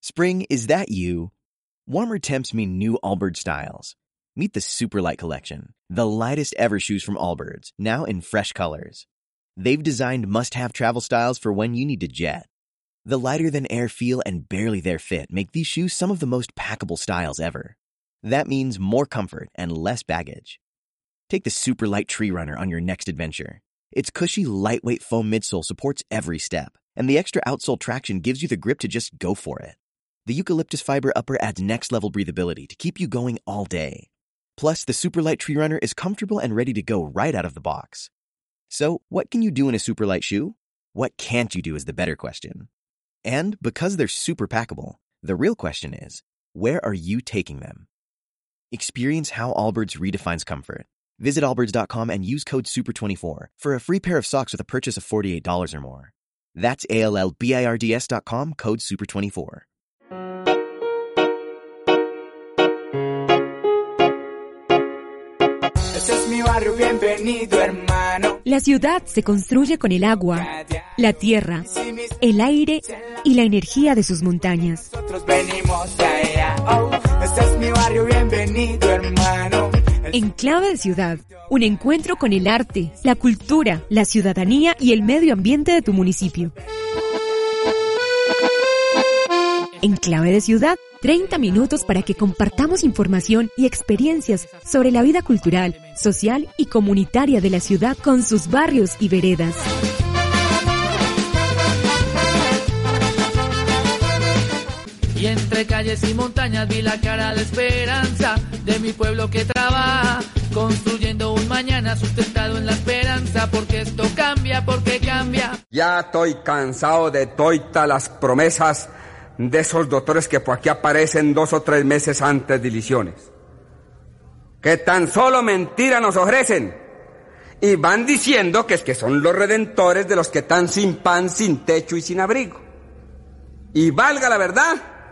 Spring, is that you? Warmer temps mean new Allbirds styles. Meet the Superlight Collection, the lightest ever shoes from Allbirds, now in fresh colors. They've designed must-have travel styles for when you need to jet. The lighter-than-air feel and barely-there fit make these shoes some of the most packable styles ever. That means more comfort and less baggage. Take the Superlight Tree Runner on your next adventure. Its cushy, lightweight foam midsole supports every step, and the extra outsole traction gives you the grip to just go for it. The eucalyptus fiber upper adds next-level breathability to keep you going all day. Plus, the Superlight Tree Runner is comfortable and ready to go right out of the box. So, what can you do in a Superlight shoe? What can't you do is the better question. And because they're super packable, the real question is, where are you taking them? Experience how Allbirds redefines comfort. Visit allbirds.com and use code SUPER24 for a free pair of socks with a purchase of $48 or more. That's ALLBIRDS.com, code SUPER24. La ciudad se construye con el agua, la tierra, el aire y la energía de sus montañas. En Clave de Ciudad, un encuentro con el arte, la cultura, la ciudadanía y el medio ambiente de tu municipio. En Clave de Ciudad, 30 minutos para que compartamos información y experiencias sobre la vida cultural, social y comunitaria de la ciudad con sus barrios y veredas. Y entre calles y montañas vi la cara de esperanza de mi pueblo que trabaja, construyendo un mañana sustentado en la esperanza, porque esto cambia, porque cambia. Ya estoy cansado de todas las promesas de esos doctores que por aquí aparecen 2 o 3 meses antes de elecciones, que tan solo mentira nos ofrecen y van diciendo que es que son los redentores de los que están sin pan, sin techo y sin abrigo. Y valga la verdad,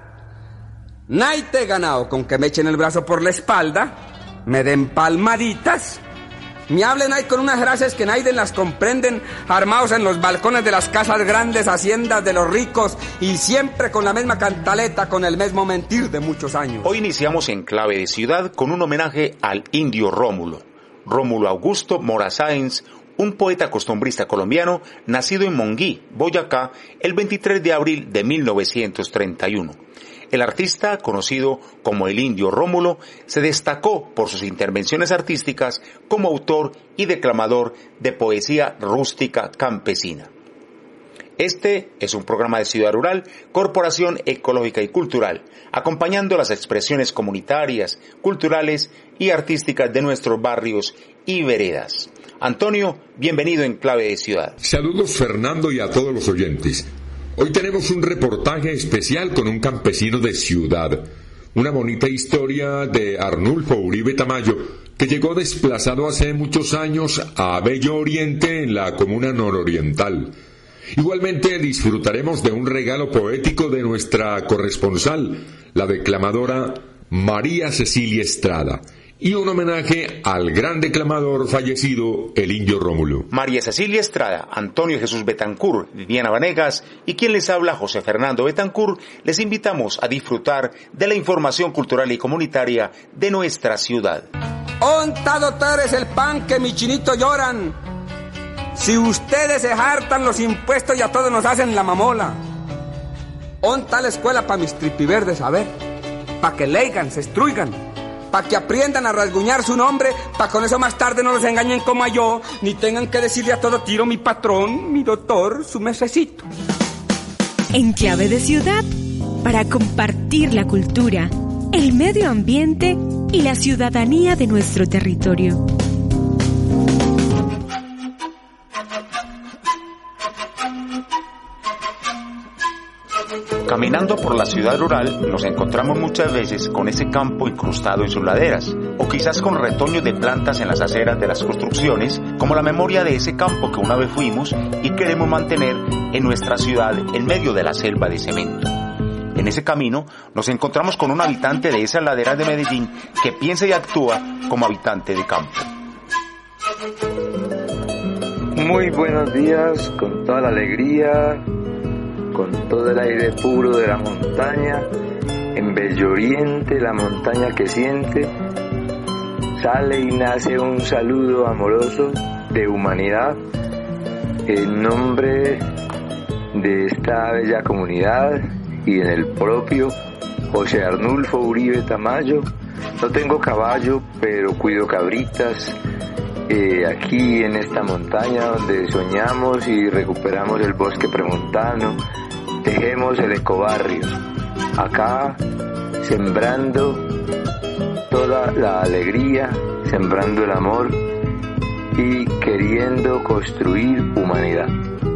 naite he ganado con que me echen el brazo por la espalda, me den palmaditas, me hablen ahí con unas frases que nadie las comprenden, armados en los balcones de las casas grandes, haciendas de los ricos, y siempre con la misma cantaleta, con el mismo mentir de muchos años. Hoy iniciamos en Clave de Ciudad con un homenaje al indio Rómulo Augusto Mora Sáenz, un poeta costumbrista colombiano nacido en Monguí, Boyacá, el 23 de abril de 1931. El artista, conocido como el Indio Rómulo, se destacó por sus intervenciones artísticas como autor y declamador de poesía rústica campesina. Este es un programa de Ciudad Rural, Corporación Ecológica y Cultural, acompañando las expresiones comunitarias, culturales y artísticas de nuestros barrios y veredas. Antonio, bienvenido en Clave de Ciudad. Saludos, Fernando, y a todos los oyentes. Hoy tenemos un reportaje especial con un campesino de Ciudad. Una bonita historia de Arnulfo Uribe Tamayo, que llegó desplazado hace muchos años a Bello Oriente, en la comuna nororiental. Igualmente disfrutaremos de un regalo poético de nuestra corresponsal, la declamadora María Cecilia Estrada, y un homenaje al gran declamador fallecido, el Indio Rómulo. María Cecilia Estrada, Antonio Jesús Betancur, Viviana Vanegas y quien les habla, José Fernando Betancur, les invitamos a disfrutar de la información cultural y comunitaria de nuestra ciudad. ¡Onta, doctores, el pan que mi chinito lloran! Si ustedes se hartan los impuestos y a todos nos hacen la mamola. ¿Onta la escuela para mis tripiverdes? A ver, para que leigan, se estruigan, para que aprendan a rasguñar su nombre, para con eso más tarde no los engañen como a yo, ni tengan que decirle a todo tiro mi patrón, mi doctor, su mesecito. En Clave de Ciudad, para compartir la cultura, el medio ambiente y la ciudadanía de nuestro territorio. Caminando por la ciudad rural nos encontramos muchas veces con ese campo incrustado en sus laderas, o quizás con retoños de plantas en las aceras de las construcciones, como la memoria de ese campo que una vez fuimos y queremos mantener en nuestra ciudad en medio de la selva de cemento. En ese camino nos encontramos con un habitante de esas laderas de Medellín que piensa y actúa como habitante de campo. Muy buenos días, con toda la alegría con todo el aire puro de la montaña, en Bello Oriente, la montaña que siente, sale y nace un saludo amoroso de humanidad en nombre de esta bella comunidad y en el propio José Arnulfo Uribe Tamayo. No tengo caballo, pero cuido cabritas aquí en esta montaña donde soñamos y recuperamos el bosque premontano, tejemos el ecobarrio, acá sembrando toda la alegría, sembrando el amor y queriendo construir humanidad.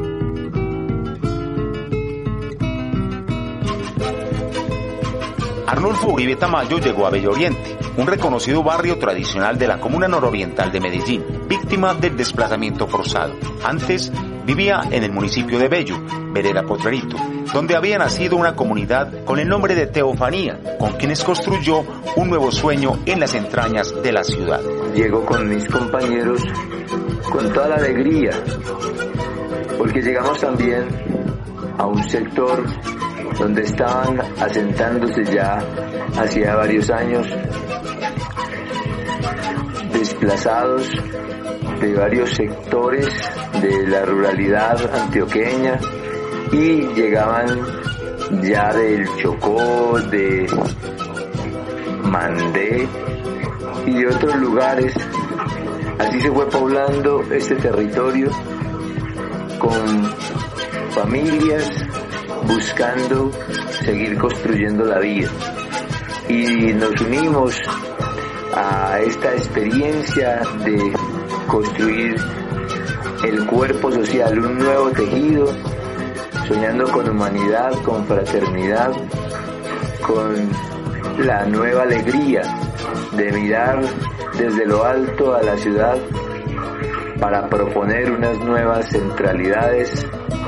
Arnulfo Uribe Tamayo llegó a Bello Oriente, un reconocido barrio tradicional de la comuna nororiental de Medellín, víctima del desplazamiento forzado. Antes vivía en el municipio de Bello, vereda Potrerito, donde había nacido una comunidad con el nombre de Teofanía, con quienes construyó un nuevo sueño en las entrañas de la ciudad. Llego con mis compañeros con toda la alegría, porque llegamos también a un sector donde estaban asentándose ya hacía varios años desplazados de varios sectores de la ruralidad antioqueña y llegaban ya del Chocó, de Mandé y de otros lugares. Así se fue poblando este territorio con familias buscando seguir construyendo la vida, y nos unimos a esta experiencia de construir el cuerpo social, un nuevo tejido, soñando con humanidad, con fraternidad, con la nueva alegría de mirar desde lo alto a la ciudad para proponer unas nuevas centralidades,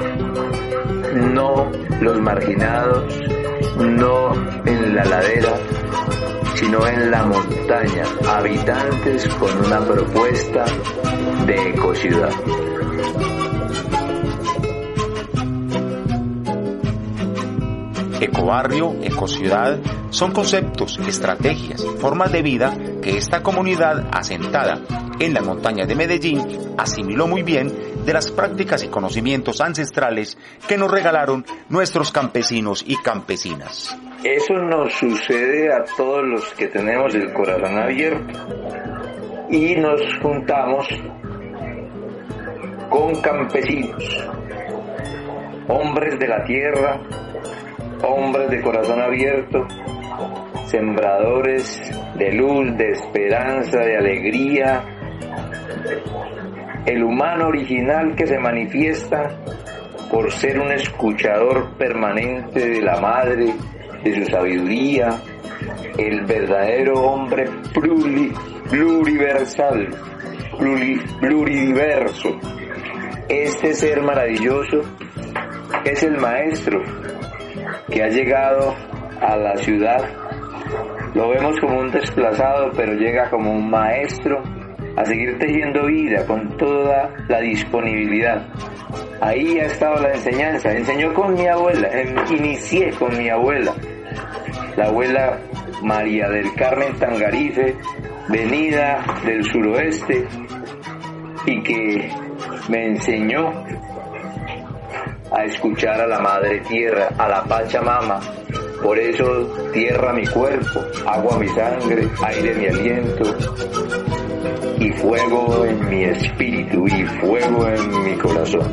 no los marginados, no en la ladera, sino en la montaña, habitantes con una propuesta de ecociudad. Ecobarrio, ecociudad, son conceptos, estrategias, formas de vida que esta comunidad asentada en las montañas de Medellín asimiló muy bien de las prácticas y conocimientos ancestrales que nos regalaron nuestros campesinos y campesinas. Eso nos sucede a todos los que tenemos el corazón abierto y nos juntamos con campesinos, hombres de la tierra, hombres de corazón abierto, sembradores de luz, de esperanza, de alegría, el humano original que se manifiesta por ser un escuchador permanente de la madre, de su sabiduría, el verdadero hombre pluriversal, pluridiverso. Este ser maravilloso es el maestro que ha llegado a la ciudad. Lo vemos como un desplazado, pero llega como un maestro a seguir tejiendo vida con toda la disponibilidad. Ahí ha estado la enseñanza. Enseñó con mi abuela, inicié con mi abuela, la abuela María del Carmen Tangarife, venida del suroeste, y que me enseñó a escuchar a la madre tierra, a la Pachamama. Por eso tierra mi cuerpo, agua mi sangre, aire mi aliento, y fuego en mi espíritu, y fuego en mi corazón.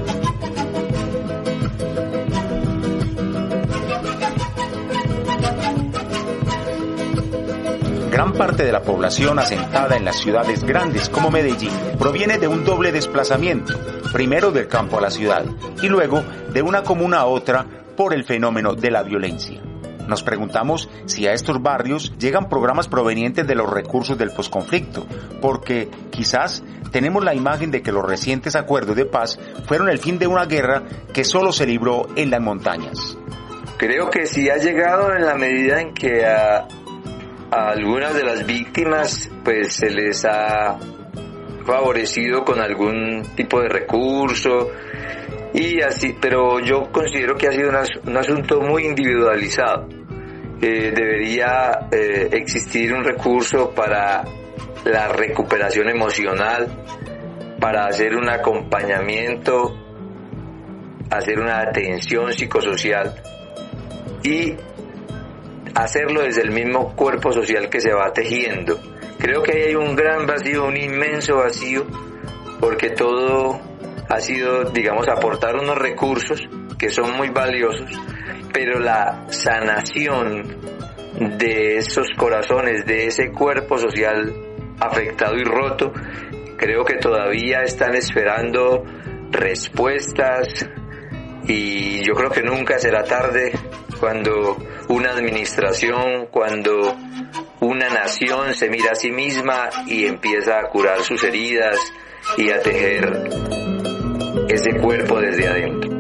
Gran parte de la población asentada en las ciudades grandes como Medellín proviene de un doble desplazamiento, primero del campo a la ciudad y luego de una comuna a otra por el fenómeno de la violencia. Nos preguntamos si a estos barrios llegan programas provenientes de los recursos del posconflicto, porque quizás tenemos la imagen de que los recientes acuerdos de paz fueron el fin de una guerra que solo se libró en las montañas. Creo que sí ha llegado en la medida en que a algunas de las víctimas pues se les ha favorecido con algún tipo de recurso, y así, pero yo considero que ha sido un asunto muy individualizado. Debería existir un recurso para la recuperación emocional, para hacer un acompañamiento, hacer una atención psicosocial y hacerlo desde el mismo cuerpo social que se va tejiendo. Creo que hay un gran vacío, un inmenso vacío, porque todo ha sido, digamos, aportar unos recursos que son muy valiosos, pero la sanación de esos corazones, de ese cuerpo social afectado y roto, creo que todavía están esperando respuestas, y yo creo que nunca será tarde cuando una administración, cuando una nación se mira a sí misma y empieza a curar sus heridas y a tejer ese cuerpo desde adentro.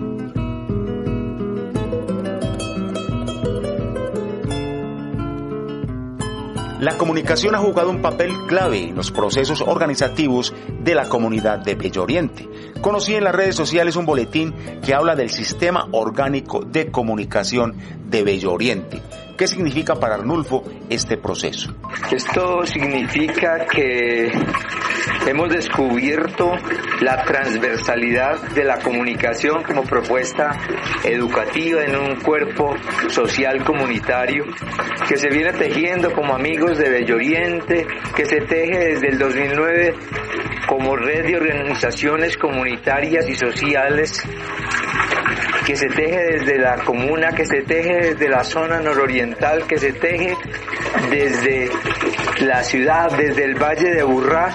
La comunicación ha jugado un papel clave en los procesos organizativos de la comunidad de Bello Oriente. Conocí en las redes sociales un boletín que habla del Sistema Orgánico de Comunicación de Bello Oriente. ¿Qué significa para Arnulfo este proceso? Esto significa que hemos descubierto la transversalidad de la comunicación como propuesta educativa en un cuerpo social comunitario que se viene tejiendo como Amigos de Bello Oriente, que se teje desde el 2009 como red de organizaciones comunitarias y sociales, que se teje desde la comuna, que se teje desde la zona nororiental, que se teje desde la ciudad, desde el Valle de Aburrá.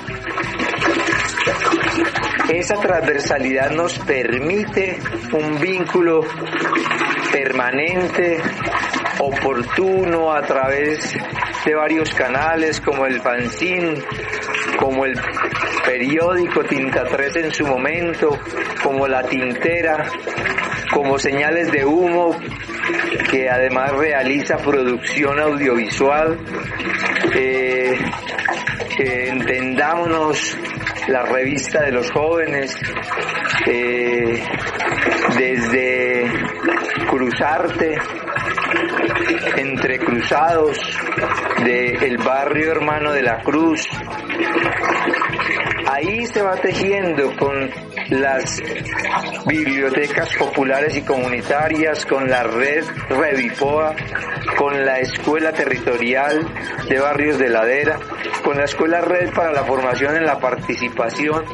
Esa transversalidad nos permite un vínculo permanente, oportuno, a través de varios canales como el fanzine, como el periódico Tinta 3 en su momento, como La Tintera, como Señales de Humo, que además realiza producción audiovisual. Entendámonos, la revista de los jóvenes, desde Cruzarte, Entre Cruzados, del barrio Hermano de la Cruz. Ahí se va tejiendo con las bibliotecas populares y comunitarias, con la red Revipoa, con la escuela territorial de Barrios de Ladera, con la escuela Red para la formación en la participación,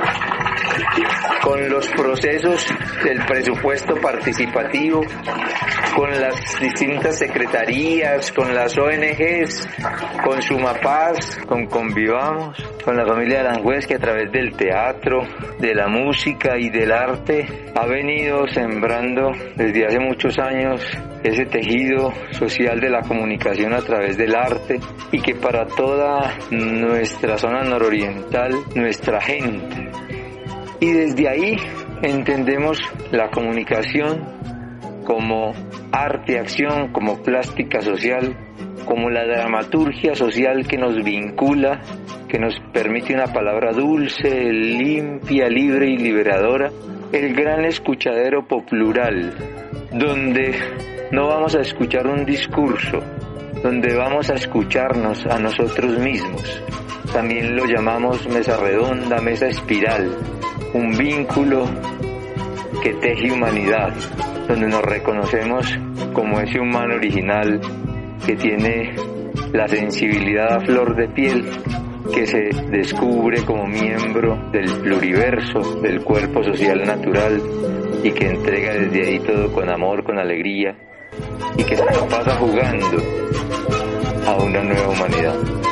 con los procesos del presupuesto participativo, con las distintas secretarías, con las ONGs, con Sumapaz, con Convivamos, con la familia de Aranjuez, que a través del teatro, de la música y del arte ha venido sembrando desde hace muchos años ese tejido social de la comunicación a través del arte, y que para toda nuestra zona nororiental, nuestra gente. Y desde ahí entendemos la comunicación como arte, acción, como plástica social, como la dramaturgia social que nos vincula, que nos permite una palabra dulce, limpia, libre y liberadora, el gran escuchadero plural, donde no vamos a escuchar un discurso, donde vamos a escucharnos a nosotros mismos. También lo llamamos mesa redonda, mesa espiral, un vínculo que teje humanidad, donde nos reconocemos como ese humano original que tiene la sensibilidad a flor de piel, que se descubre como miembro del pluriverso, del cuerpo social natural, y que entrega desde ahí todo con amor, con alegría, y que se la pasa jugando a una nueva humanidad.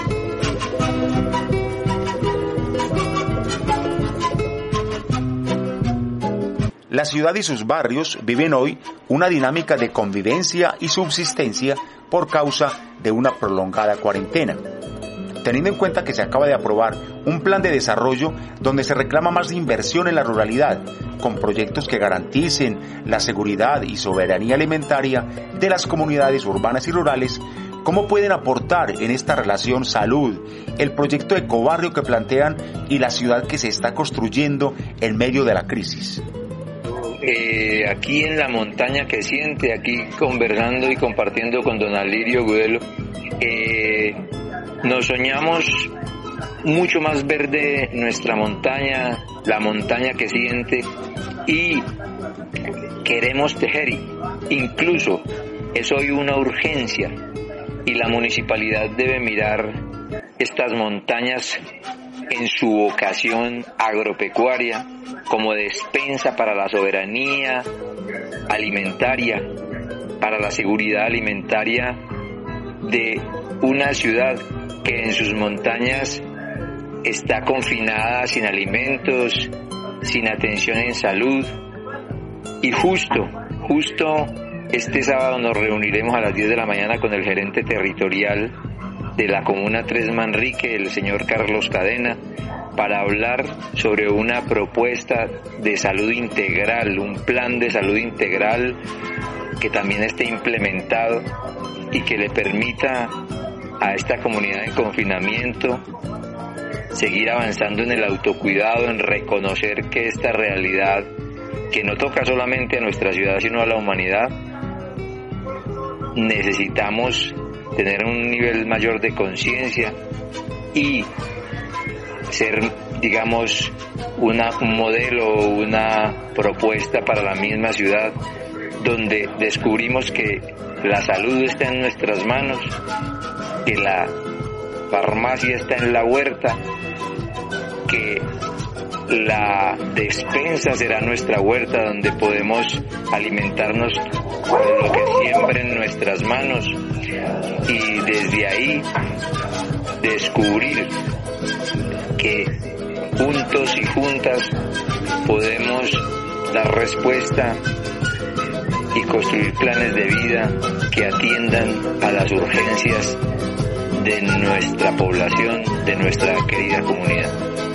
La ciudad y sus barrios viven hoy una dinámica de convivencia y subsistencia por causa de una prolongada cuarentena. Teniendo en cuenta que se acaba de aprobar un plan de desarrollo donde se reclama más inversión en la ruralidad, con proyectos que garanticen la seguridad y soberanía alimentaria de las comunidades urbanas y rurales, ¿cómo pueden aportar en esta relación salud, el proyecto ecobarrio que plantean y la ciudad que se está construyendo en medio de la crisis? aquí en la montaña que siente, aquí conversando y compartiendo con don Alirio Gudelo, nos soñamos mucho más verde nuestra montaña, la montaña que siente, y queremos tejer, incluso es hoy una urgencia y la municipalidad debe mirar estas montañas en su vocación agropecuaria como despensa para la soberanía alimentaria, para la seguridad alimentaria de una ciudad que en sus montañas está confinada sin alimentos, sin atención en salud. Y justo este sábado nos reuniremos a las 10 de la mañana con el gerente territorial de la Comuna 3 Manrique, el señor Carlos Cadena, para hablar sobre una propuesta de salud integral, un plan de salud integral que también esté implementado y que le permita a esta comunidad en confinamiento seguir avanzando en el autocuidado, en reconocer que esta realidad, que no toca solamente a nuestra ciudad sino a la humanidad, necesitamos tener un nivel mayor de conciencia y ser, digamos, un modelo, una propuesta para la misma ciudad, donde descubrimos que la salud está en nuestras manos, que la farmacia está en la huerta, que la despensa será nuestra huerta, donde podemos alimentarnos con lo que siembra en nuestras manos, y desde ahí descubrir que juntos y juntas podemos dar respuesta y construir planes de vida que atiendan a las urgencias de nuestra población, de nuestra querida comunidad.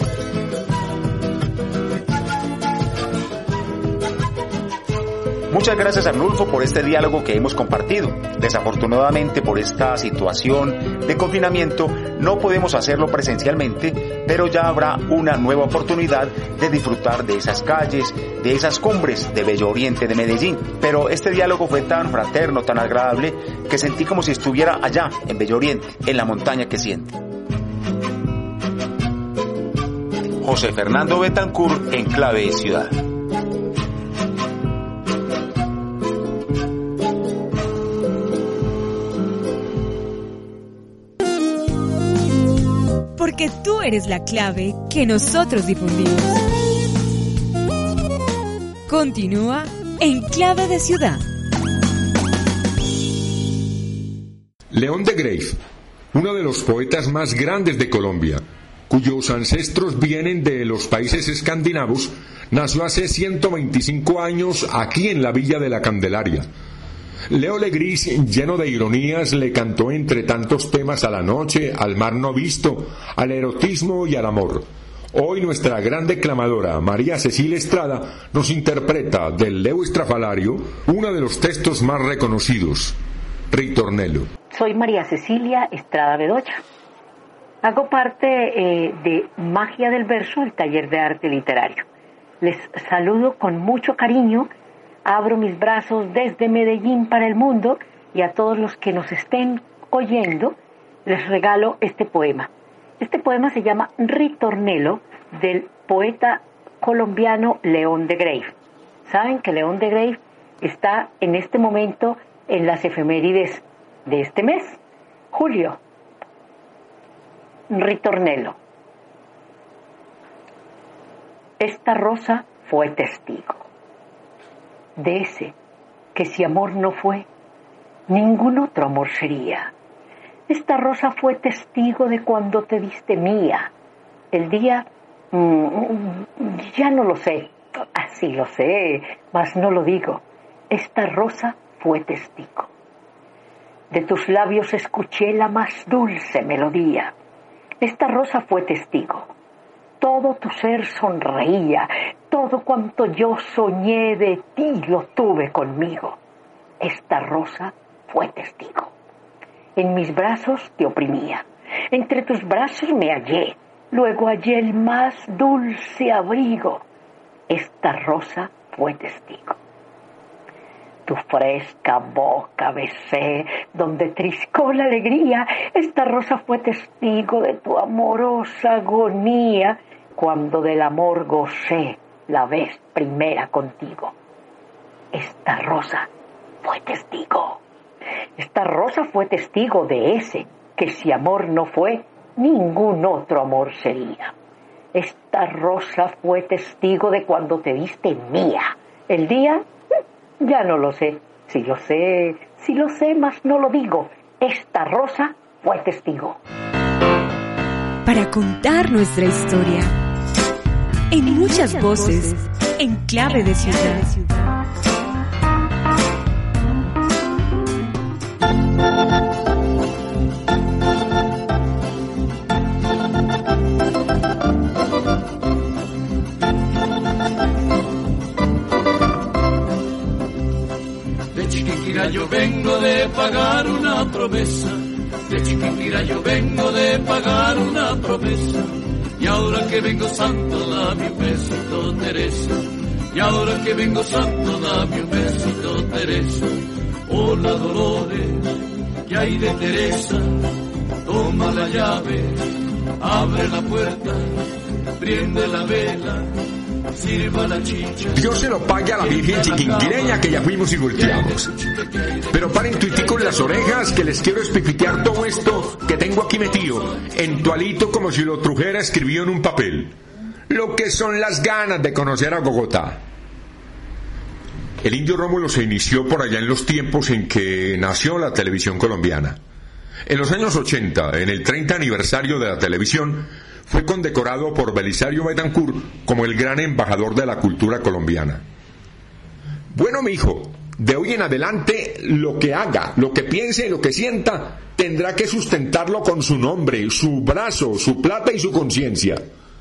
Muchas gracias, Arnulfo, por este diálogo que hemos compartido. Desafortunadamente, por esta situación de confinamiento, no podemos hacerlo presencialmente, pero ya habrá una nueva oportunidad de disfrutar de esas calles, de esas cumbres de Bello Oriente de Medellín. Pero este diálogo fue tan fraterno, tan agradable, que sentí como si estuviera allá, en Bello Oriente, en la montaña que siente. José Fernando Betancourt, en Clave Ciudad. Porque tú eres la clave que nosotros difundimos. Continúa en Clave de Ciudad. León de Greiff, uno de los poetas más grandes de Colombia, cuyos ancestros vienen de los países escandinavos, nació hace 125 años aquí en la Villa de la Candelaria. Leo Legris, lleno de ironías, le cantó entre tantos temas a la noche, al mar no visto, al erotismo y al amor. Hoy nuestra gran declamadora, María Cecilia Estrada, nos interpreta del Leo estrafalario uno de los textos más reconocidos, Ritornello. Soy María Cecilia Estrada Bedoya. Hago parte de Magia del Verso, el taller de arte literario. Les saludo con mucho cariño. Abro mis brazos desde Medellín para el mundo, y a todos los que nos estén oyendo les regalo este poema. Este poema se llama Ritornello, del poeta colombiano León de Greiff. Saben que León de Greiff está en este momento en las efemérides de este mes, julio. Ritornello. Esta rosa fue testigo de ese que si amor no fue, ningún otro amor sería. Esta rosa fue testigo de cuando te diste mía. El día, ya no lo sé, así lo sé, mas no lo digo. Esta rosa fue testigo. De tus labios escuché la más dulce melodía. Esta rosa fue testigo. Todo tu ser sonreía, todo cuanto yo soñé de ti lo tuve conmigo. Esta rosa fue testigo. En mis brazos te oprimía, entre tus brazos me hallé, luego hallé el más dulce abrigo. Esta rosa fue testigo. Tu fresca boca besé, donde triscó la alegría. Esta rosa fue testigo de tu amorosa agonía, cuando del amor gocé la vez primera contigo. Esta rosa fue testigo. Esta rosa fue testigo de ese que si amor no fue, ningún otro amor sería. Esta rosa fue testigo de cuando te diste mía. El día, ya no lo sé. Si lo sé, mas no lo digo. Esta rosa fue testigo. Para contar nuestra historia, en muchas voces, en clave de ciudad. Yo vengo de pagar una promesa, de Chiquinquirá yo vengo de pagar una promesa, y ahora que vengo santo dame un besito Teresa, y ahora que vengo santo dame un besito Teresa. Hola Dolores, ¿qué hay de Teresa? Toma la llave, abre la puerta, prende la vela, sirva la chicha. Dios se lo pague a la Virgen chiquinquireña, que ya fuimos y volteamos. Pero paren tuitico en las orejas, que les quiero especificar todo esto que tengo aquí metido en tualito, como si lo trujera escribido en un papel. Lo que son las ganas de conocer a Bogotá. El Indio Rómulo se inició por allá en los tiempos en que nació la televisión colombiana. En los años 80, en el 30 aniversario de la televisión, fue condecorado por Belisario Betancur como el gran embajador de la cultura colombiana. Bueno, mi hijo, de hoy en adelante, lo que haga, lo que piense y lo que sienta, tendrá que sustentarlo con su nombre, su brazo, su plata y su conciencia.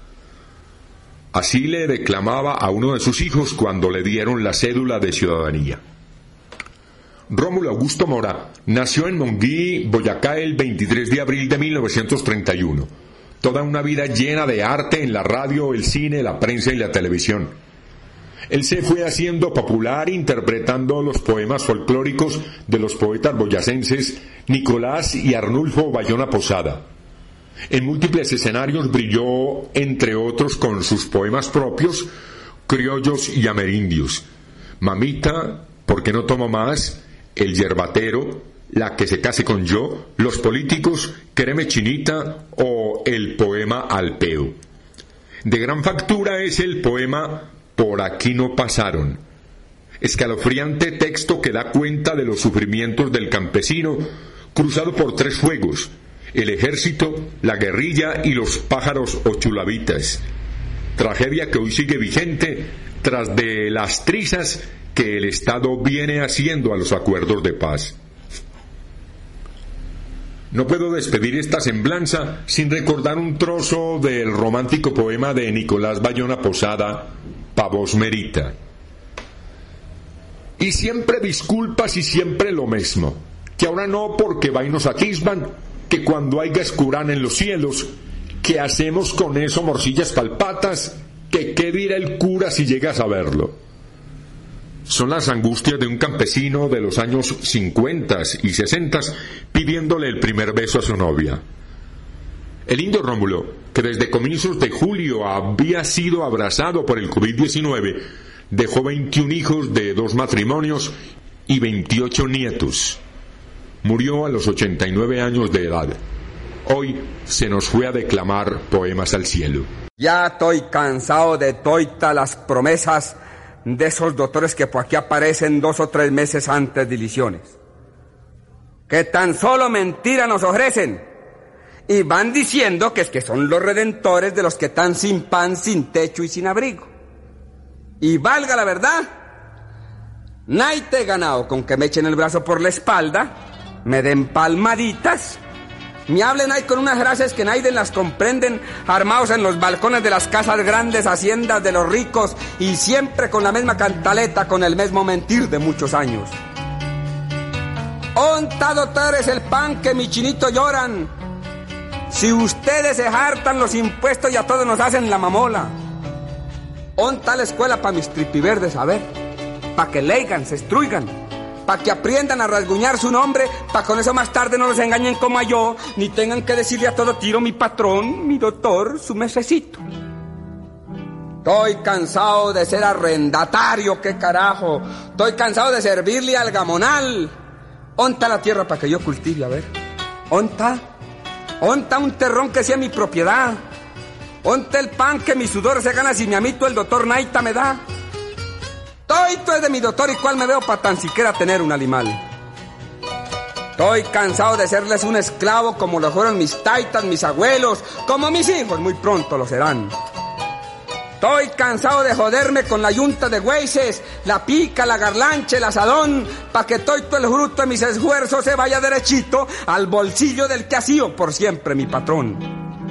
Así le declamaba a uno de sus hijos cuando le dieron la cédula de ciudadanía. Rómulo Augusto Mora nació en Monguí, Boyacá, el 23 de abril de 1931. Toda una vida llena de arte en la radio, el cine, la prensa y la televisión. Él se fue haciendo popular interpretando los poemas folclóricos de los poetas boyacenses Nicolás y Arnulfo Bayona Posada. En múltiples escenarios brilló, entre otros, con sus poemas propios, criollos y amerindios. Mamita, ¿por qué no tomo más? El yerbatero, La que se case con yo, Los políticos, Quéreme chinita o el poema Alpeo. De gran factura es el poema Por aquí no pasaron. Escalofriante texto que da cuenta de los sufrimientos del campesino cruzado por tres fuegos: el ejército, la guerrilla y los pájaros o chulavitas. Tragedia que hoy sigue vigente tras de las trizas que el Estado viene haciendo a los acuerdos de paz. No puedo despedir esta semblanza sin recordar un trozo del romántico poema de Nicolás Bayona Posada, Pa' vos merita. Y siempre disculpas y siempre lo mesmo, que ahora no porque vainos atisban, que cuando haya escurán en los cielos, ¿qué hacemos con eso, morcillas palpatas? Que qué dirá el cura si llegas a verlo. Son las angustias de un campesino de los años 50 y 60 pidiéndole el primer beso a su novia. El Indio Rómulo, que desde comienzos de julio había sido abrazado por el COVID-19, dejó 21 hijos de 2 matrimonios y 28 nietos. Murió a los 89 años de edad. Hoy se nos fue a declamar poemas al cielo. Ya estoy cansado de todas las promesas de esos doctores que por aquí aparecen 2 o 3 meses antes de elecciones, que tan solo mentira nos ofrecen y van diciendo que son los redentores de los que están sin pan, sin techo y sin abrigo. Y valga la verdad, nadie te he ganado con que me echen el brazo por la espalda, me den palmaditas, me hablen ahí con unas frases que nadie las comprenden, armados en los balcones de las casas grandes, haciendas de los ricos, y siempre con la misma cantaleta, con el mismo mentir de muchos años. Onta, doctores, el pan que mi chinito lloran. Si ustedes se hartan los impuestos y a todos nos hacen la mamola. ¿Onta la escuela para mis tripiverdes? A ver, para que leigan, se estruigan, para que aprendan a rasguñar su nombre, para con eso más tarde no los engañen como a yo, ni tengan que decirle a todo tiro mi patrón, mi doctor, su mesecito. Estoy cansado de ser arrendatario, qué carajo. Estoy cansado de servirle al gamonal. ¿Onta la tierra para que yo cultive? A ver, ¿onta un terrón que sea mi propiedad? ¿Onta el pan que mi sudor se gana si mi amito el doctor Naita me da? Toito es de mi doctor y cuál me veo para tan siquiera tener un animal. Estoy cansado de serles un esclavo como lo fueron mis taitas, mis abuelos, como mis hijos muy pronto lo serán. Estoy cansado de joderme con la yunta de güeyes, la pica, la garlancha, el asadón, pa' que todo el fruto de mis esfuerzos se vaya derechito al bolsillo del que ha sido por siempre mi patrón.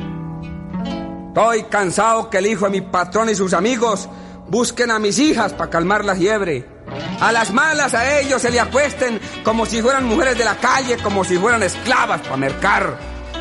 Estoy cansado que el hijo de mi patrón y sus amigos busquen a mis hijas pa' calmar la fiebre. A las malas a ellos se le acuesten como si fueran mujeres de la calle, como si fueran esclavas pa' mercar.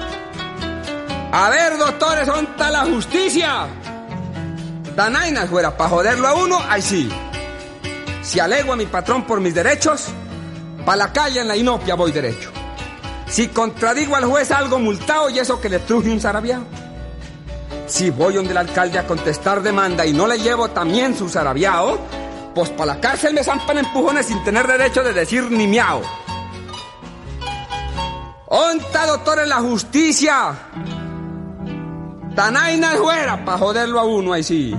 A ver, doctores, ¿onta la justicia? Danaina fuera pa' joderlo a uno, ahí sí. Si alego a mi patrón por mis derechos, pa' la calle en la inopia voy derecho. Si contradigo al juez algo multado y eso que le truje un zarabiao. Si voy donde el alcalde a contestar demanda y no le llevo también su zarabiao, pues pa' la cárcel me zampan empujones sin tener derecho de decir ni miau. ¿Onta, doctores, la justicia? Danaina fuera pa' joderlo a uno, ahí sí.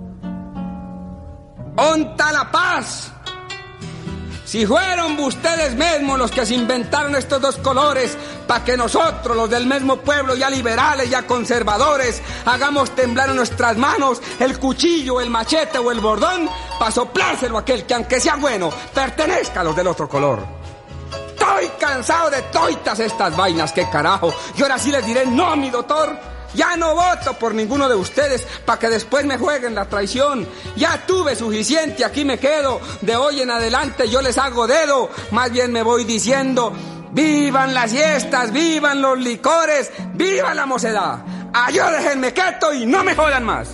¿Onta la paz? Si fueron ustedes mismos los que se inventaron estos dos colores pa' que nosotros, los del mismo pueblo, ya liberales, ya conservadores, hagamos temblar en nuestras manos el cuchillo, el machete o el bordón pa' soplárselo a aquel que, aunque sea bueno, pertenezca a los del otro color. Estoy cansado de toitas estas vainas, qué carajo. Y ahora sí les diré no, mi doctor. Ya no voto por ninguno de ustedes para que después me jueguen la traición. Ya tuve suficiente, aquí me quedo. De hoy en adelante yo les hago dedo. Más bien me voy diciendo: vivan las fiestas, vivan los licores, viva la mocedad. A yo déjenme quieto y no me jodan más.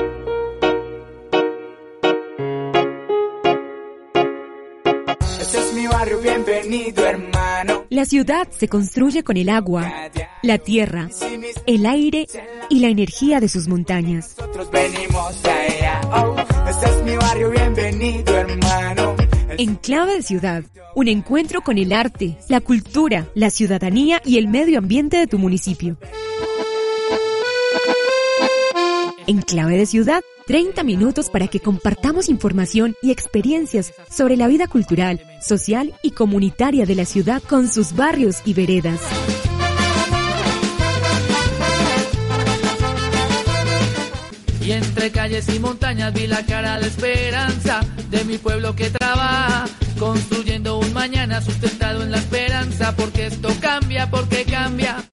Este es mi barrio, bienvenido, hermano. La ciudad se construye con el agua, la tierra, el aire y la energía de sus montañas. Nosotros venimos de allá. Oh, este es mi barrio, bienvenido, hermano. En Clave de Ciudad, un encuentro con el arte, la cultura, la ciudadanía y el medio ambiente de tu municipio. En Clave de Ciudad, 30 minutos para que compartamos información y experiencias sobre la vida cultural, social y comunitaria de la ciudad con sus barrios y veredas. Y entre calles y montañas vi la cara de esperanza de mi pueblo que trabaja, construyendo un mañana sustentado en la esperanza, porque esto cambia, porque cambia.